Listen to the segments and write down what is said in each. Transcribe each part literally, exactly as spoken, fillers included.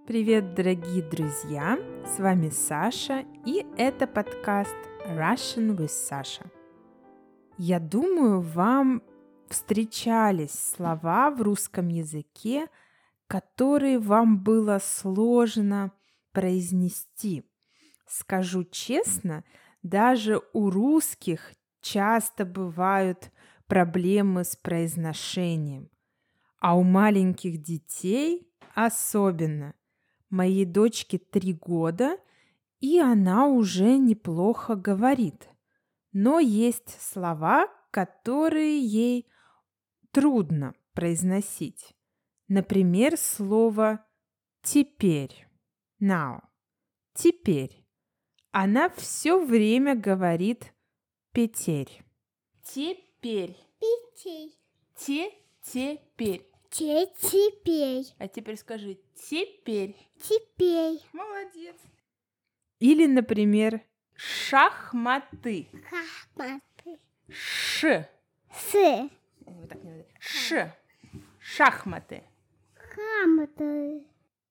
Привет, дорогие друзья! С вами Саша, и это подкаст Russian with Sasha. Я думаю, вам встречались слова в русском языке, которые вам было сложно произнести. Скажу честно, даже у русских часто бывают проблемы с произношением, а у маленьких детей особенно. Моей дочке три года, и она уже неплохо говорит. Но есть слова, которые ей трудно произносить. Например, слово «теперь». Now. Теперь. Она все время говорит «петерь». Теперь. Петей. Те-теперь. Теперь. А теперь скажи «теперь». Теперь. Молодец. Или, например, шахматы. Шахматы. Ш. С. Вот так не надо. Ш. Шахматы. Шахматы.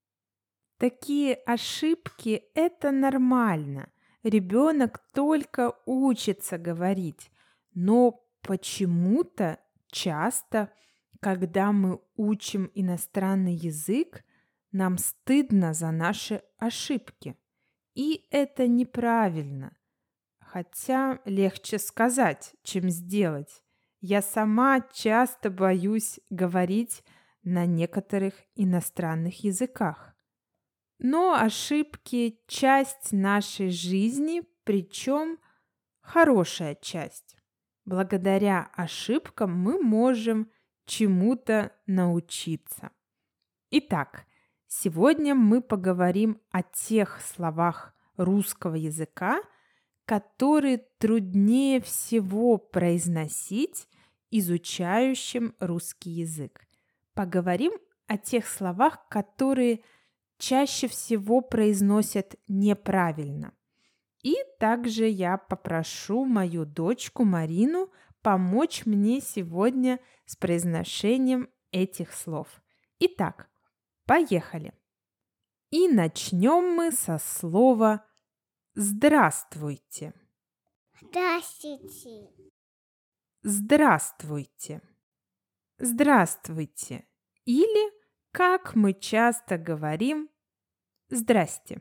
Такие ошибки – это нормально. Ребенок только учится говорить. Но почему-то часто, когда мы учим иностранный язык, нам стыдно за наши ошибки. И это неправильно. Хотя легче сказать, чем сделать. Я сама часто боюсь говорить на некоторых иностранных языках. Но ошибки – часть нашей жизни, причем хорошая часть. Благодаря ошибкам мы можем чему-то научиться. Итак, сегодня мы поговорим о тех словах русского языка, которые труднее всего произносить изучающим русский язык. Поговорим о тех словах, которые чаще всего произносят неправильно. И также я попрошу мою дочку Марину помочь мне сегодня с произношением этих слов. Итак, поехали. И начнем мы со слова «здравствуйте». Здравствуйте. Здравствуйте. Здравствуйте. Или, как мы часто говорим, «здрасте».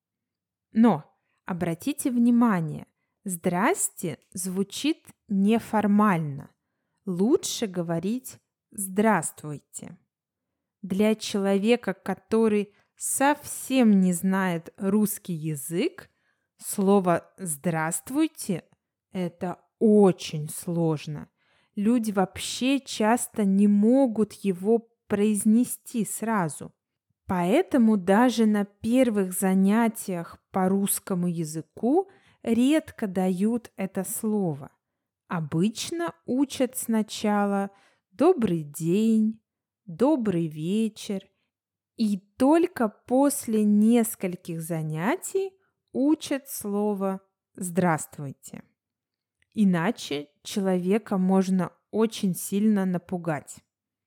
Но обратите внимание, «здрасте» звучит неформально. Лучше говорить «здравствуйте». Для человека, который совсем не знает русский язык, слово «здравствуйте» – это очень сложно. Люди вообще часто не могут его произнести сразу. Поэтому даже на первых занятиях по русскому языку редко дают это слово. Обычно учат сначала «добрый день», «добрый вечер», и только после нескольких занятий учат слово «здравствуйте». Иначе человека можно очень сильно напугать.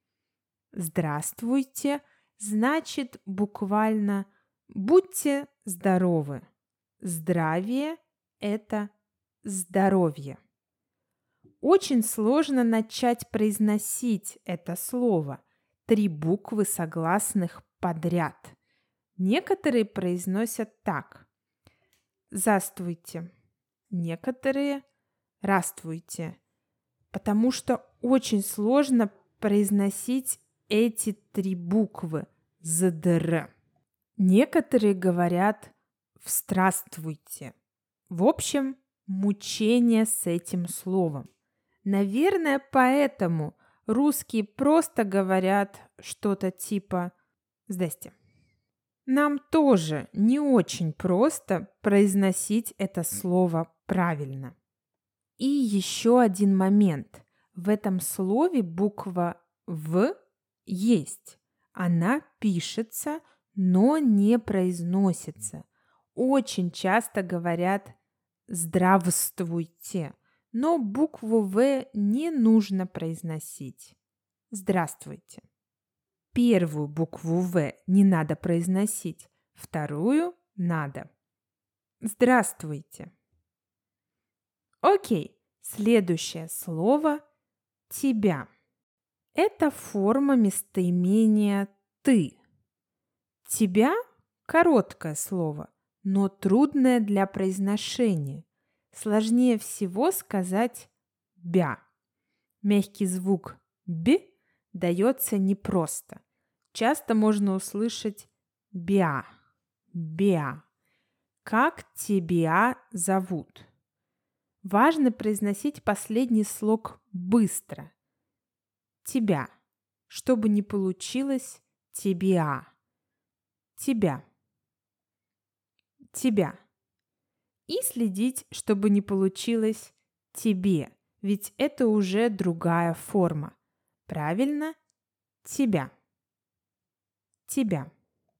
«Здравствуйте» значит буквально «будьте здоровы». Здравие – это здоровье. Очень сложно начать произносить это слово. Три буквы согласных подряд. Некоторые произносят так. «Застуйте». Некоторые «раствуйте». Потому что очень сложно произносить эти три буквы «здр». Некоторые говорят «встраствуйте». В общем, мучение с этим словом. Наверное, поэтому русские просто говорят что-то типа «здрасте». Нам тоже не очень просто произносить это слово правильно. И еще один момент. В этом слове буква «в» есть. Она пишется, но не произносится. Очень часто говорят «здравствуйте», но букву «в» не нужно произносить. Здравствуйте. Первую букву В не надо произносить, вторую надо. Здравствуйте. Окей, следующее слово «тебя». Это форма местоимения «ты». «Тебя» – короткое слово, но трудное для произношения. Сложнее всего сказать «бя». Мягкий звук «б» дается непросто. Часто можно услышать «бя», «бя». Как тебя зовут? Важно произносить последний слог быстро. Тебя, чтобы не получилось тебя. Тебя. Тебя. И следить, чтобы не получилось тебе, ведь это уже другая форма. Правильно? Тебя. Тебя.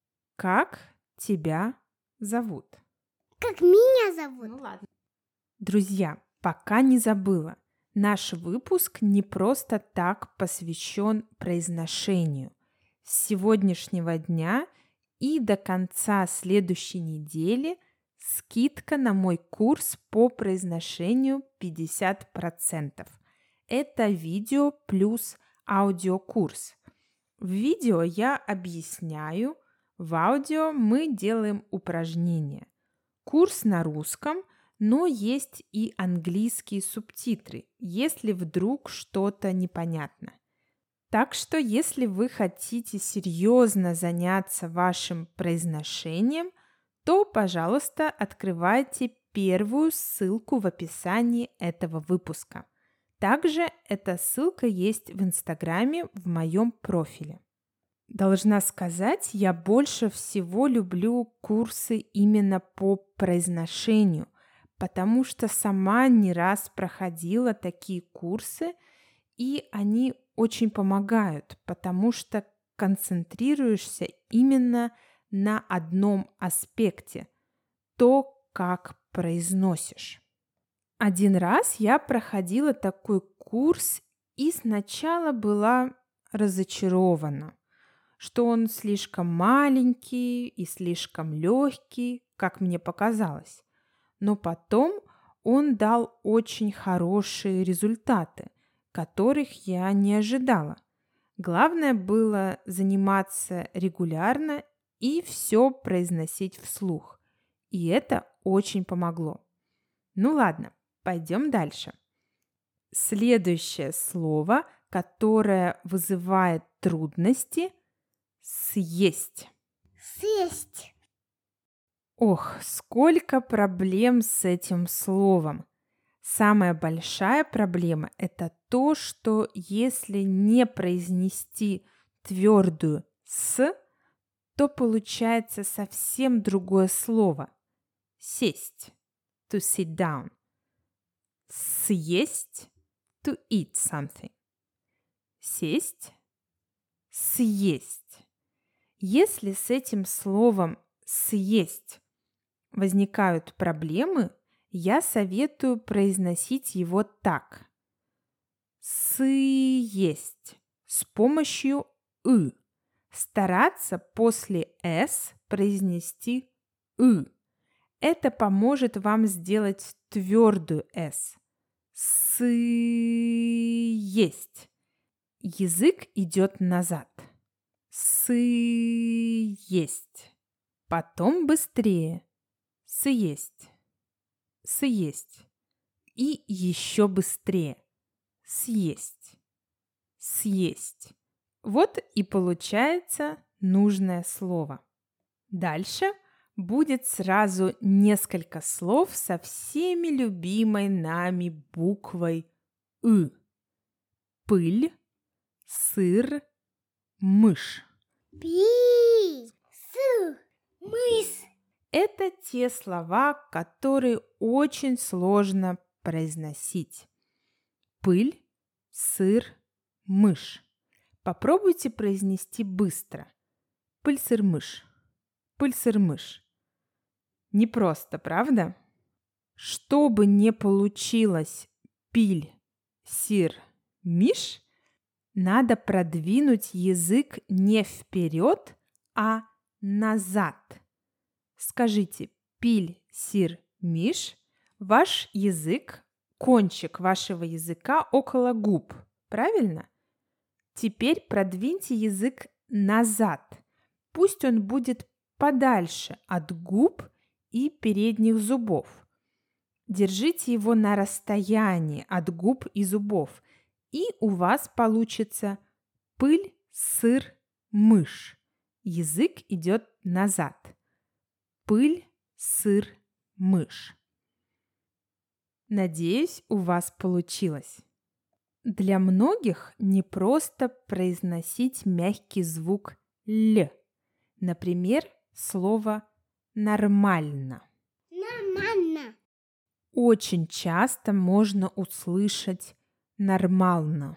Как тебя зовут? Как меня зовут? Ну ладно. Друзья, пока не забыла, наш выпуск не просто так посвящен произношению. С сегодняшнего дня и до конца следующей недели скидка на мой курс по произношению пятьдесят процентов. Это видео плюс аудиокурс. В видео я объясняю, в аудио мы делаем упражнения. Курс на русском, но есть и английские субтитры, если вдруг что-то непонятно. Так что, если вы хотите серьезно заняться вашим произношением, то, пожалуйста, открывайте первую ссылку в описании этого выпуска. Также эта ссылка есть в Инстаграме в моем профиле. Должна сказать, я больше всего люблю курсы именно по произношению, потому что сама не раз проходила такие курсы, и они очень помогают, потому что концентрируешься именно на одном аспекте – то, как произносишь. Один раз я проходила такой курс и сначала была разочарована, что он слишком маленький и слишком легкий, как мне показалось. Но потом он дал очень хорошие результаты, которых я не ожидала. Главное было заниматься регулярно и все произносить вслух. И это очень помогло. Ну ладно, пойдем дальше. Следующее слово, которое вызывает трудности – съесть. Съесть. Ох, сколько проблем с этим словом. Самая большая проблема – это то, что если не произнести твердую «с», то получается совсем другое слово – сесть, to sit down. Съесть, to eat something. Сесть, съесть. Если с этим словом «съесть» возникают проблемы, я советую произносить его так. Съесть с помощью «ы». Стараться после «с» произнести «ы». Это поможет вам сделать твердую «с». Съесть. Язык идет назад. Съесть. Потом быстрее. Съесть. Съесть. И еще быстрее. Съесть. Съесть. Вот и получается нужное слово. Дальше будет сразу несколько слов со всеми любимой нами буквой «ы». Пыль, сыр, мышь. Пи, с, мыс. Это те слова, которые очень сложно произносить. Пыль, сыр, мышь. Попробуйте произнести быстро. Пыль, сыр, мышь. Пыль, сыр, мышь. Непросто, правда? Чтобы не получилось пиль, сир, миш, надо продвинуть язык не вперед, а назад. Скажите пиль, сир, миш. Ваш язык, кончик вашего языка около губ. Правильно? Теперь продвиньте язык назад. Пусть он будет подальше от губ и передних зубов. Держите его на расстоянии от губ и зубов, и у вас получится пыль, сыр, мышь. Язык идет назад. Пыль, сыр, мышь. Надеюсь, у вас получилось. Для многих не просто произносить мягкий звук «л». Например, слово «нормально». Нормально. Очень часто можно услышать «нормально».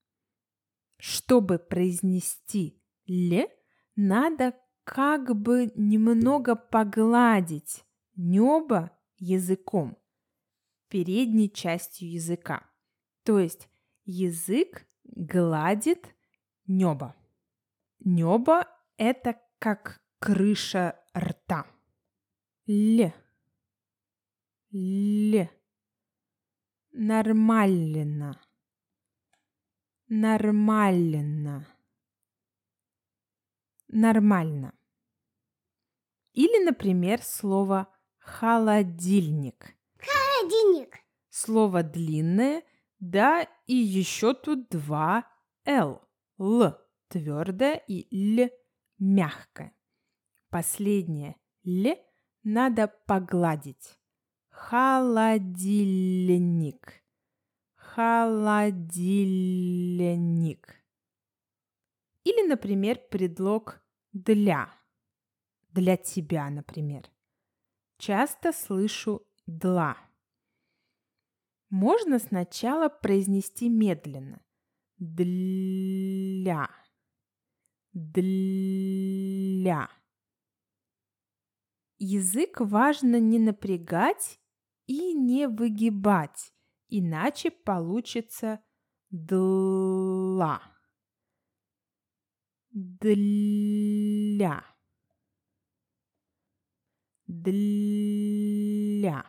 Чтобы произнести «л», надо как бы немного погладить небо языком, передней частью языка. То есть язык гладит небо. Небо – это как крыша рта. Л. Л. Нормально. Нормально. Нормально. Или, например, слово холодильник. Холодильник. Слово длинное, да, и еще тут два «л». «Л» твердое и «л» мягкое. Последнее «л» надо погладить. Холодильник. Холодильник. Или, например, предлог «для». Для тебя, например. Часто слышу «дла». Можно сначала произнести медленно. Для. Для. Язык важно не напрягать и не выгибать, иначе получится дла. Для. Для.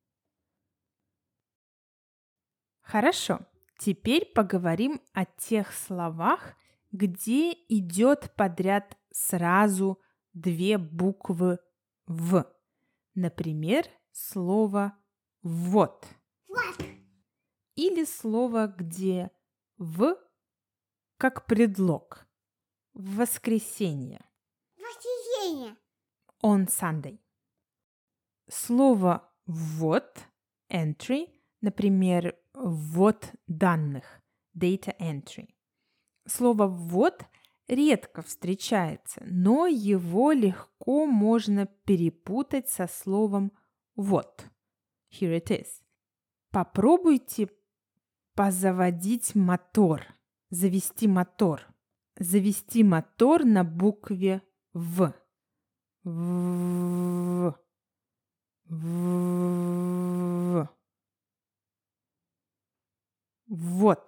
Хорошо, теперь поговорим о тех словах, где идет подряд сразу две буквы «в». Например, слово «вот». Вот. Или слово, где «в» как предлог. В воскресенье. Воскресенье. On Sunday. Слово «вот» entry, например, ввод данных data entry. Слово «ввод» редко встречается, но его легко можно перепутать со словом «вот». Here it is. Попробуйте позаводить мотор, завести мотор. Завести мотор на букве «в». В. В. Вот.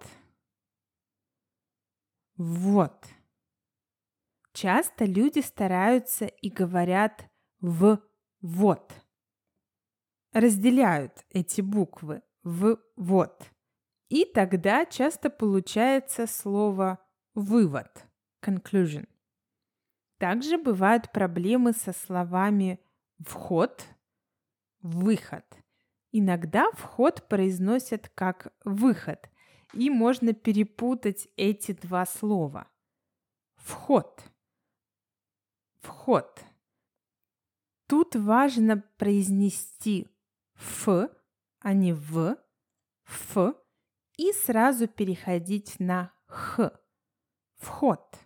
Вот. Часто люди стараются и говорят в вот. Разделяют эти буквы в вот. И тогда часто получается слово вывод. Conclusion. Также бывают проблемы со словами вход, выход. Иногда вход произносят как выход, и можно перепутать эти два слова. Вход. Вход. Тут важно произнести «ф», а не «в», «ф», и сразу переходить на «х». Вход.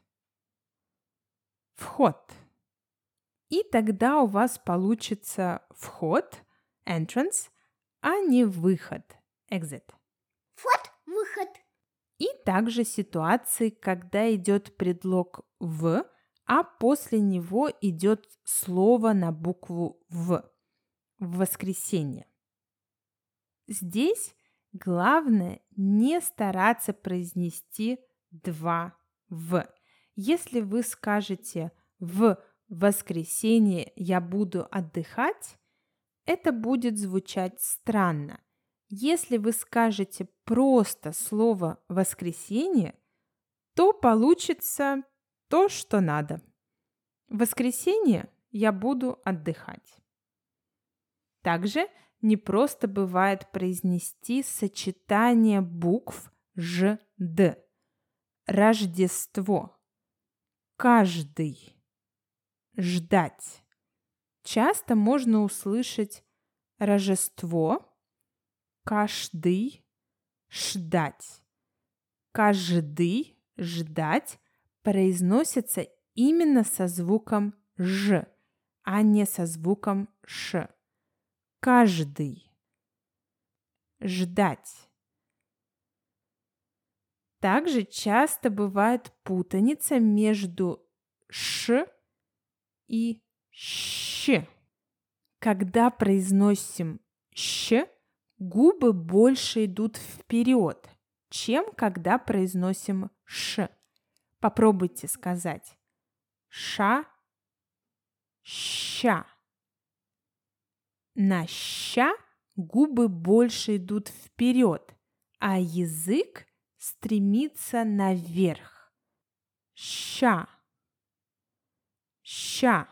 Вход. И тогда у вас получится вход, entrance, а не выход, exit. Вход, выход. И также ситуации, когда идет предлог «в», а после него идет слово на букву «в» в воскресенье. Здесь главное не стараться произнести два «в». Если вы скажете «в воскресенье я буду отдыхать», это будет звучать странно. Если вы скажете просто слово «воскресенье», то получится то, что надо. В воскресенье я буду отдыхать. Также не просто бывает произнести сочетание букв «ж», «д». Рождество. Каждый. Ждать. Часто можно услышать Рождество, каждый, ждать. Каждый, ждать произносится именно со звуком «ж», а не со звуком «ш». Каждый. Ждать. Также часто бывает путаница между «ш» и «щ». Когда произносим «щ», губы больше идут вперед, чем когда произносим «ш». Попробуйте сказать «ша», «ща». На «ща» губы больше идут вперед, а язык стремится наверх. Ща. Ща.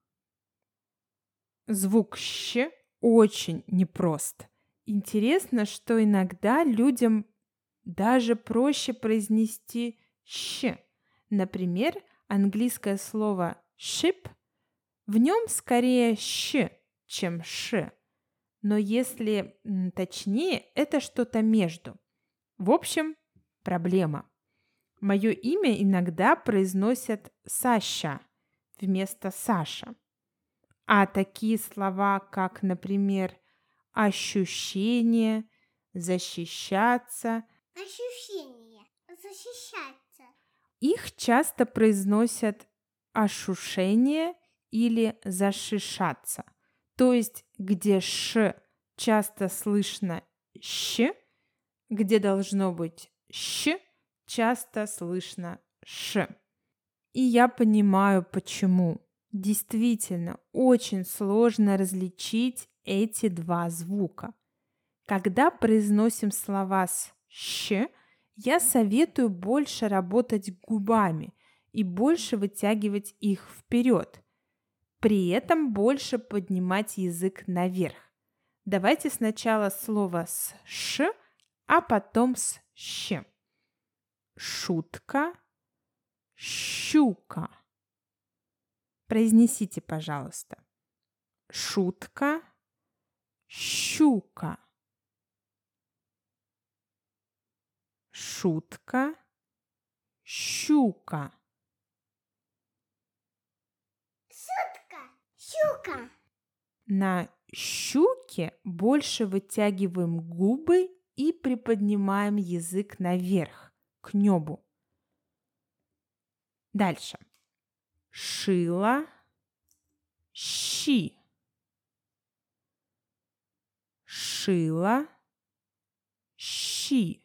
Звук «щ» очень непрост. Интересно, что иногда людям даже проще произнести «щ». Например, английское слово «ship», в нем скорее «щ», чем «ш». Но если м, точнее, это что-то между. В общем, проблема. Мое имя иногда произносят Саша вместо Саша. А такие слова, как, например, ощущение, защищаться, Ощущение. Защищаться. их часто произносят ошушение или зашишаться. То есть, где «ш» часто слышно «щ», где должно быть «щ», часто слышно «ш». И я понимаю, почему. Действительно, очень сложно различить эти два звука. Когда произносим слова с «щ», я советую больше работать губами и больше вытягивать их вперед. При этом больше поднимать язык наверх. Давайте сначала слово с «ш», а потом с «щ». Шутка, щука. Произнесите, пожалуйста. Шутка, щука. Шутка, щука. Шутка. Щука. На щуке больше вытягиваем губы и приподнимаем язык наверх, к небу. Дальше. Шила, щи. Шила, щи.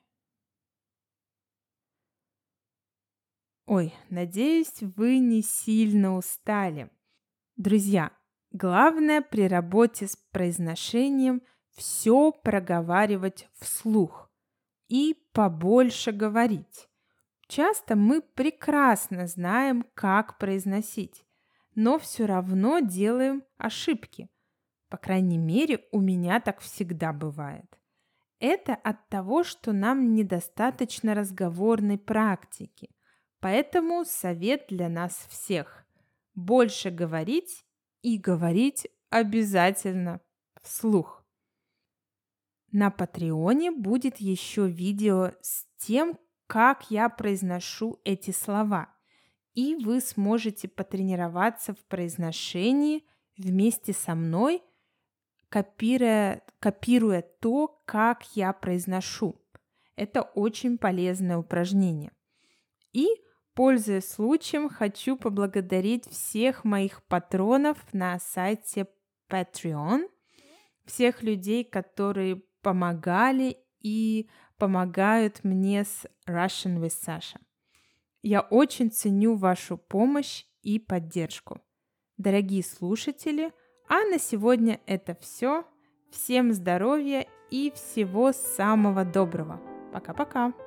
Ой, надеюсь, вы не сильно устали. Друзья, главное при работе с произношением все проговаривать вслух и побольше говорить. Часто мы прекрасно знаем, как произносить, но все равно делаем ошибки. По крайней мере, у меня так всегда бывает. Это от того, что нам недостаточно разговорной практики. Поэтому совет для нас всех – больше говорить и говорить обязательно вслух. На Патреоне будет еще видео с тем, как я произношу эти слова, и вы сможете потренироваться в произношении вместе со мной, копируя, копируя то, как я произношу. Это очень полезное упражнение. И, пользуясь случаем, хочу поблагодарить всех моих патронов на сайте Patreon, всех людей, которые помогали и помогают мне с Russian with Sasha. Я очень ценю вашу помощь и поддержку. Дорогие слушатели, а на сегодня это все. Всем здоровья и всего самого доброго. Пока-пока.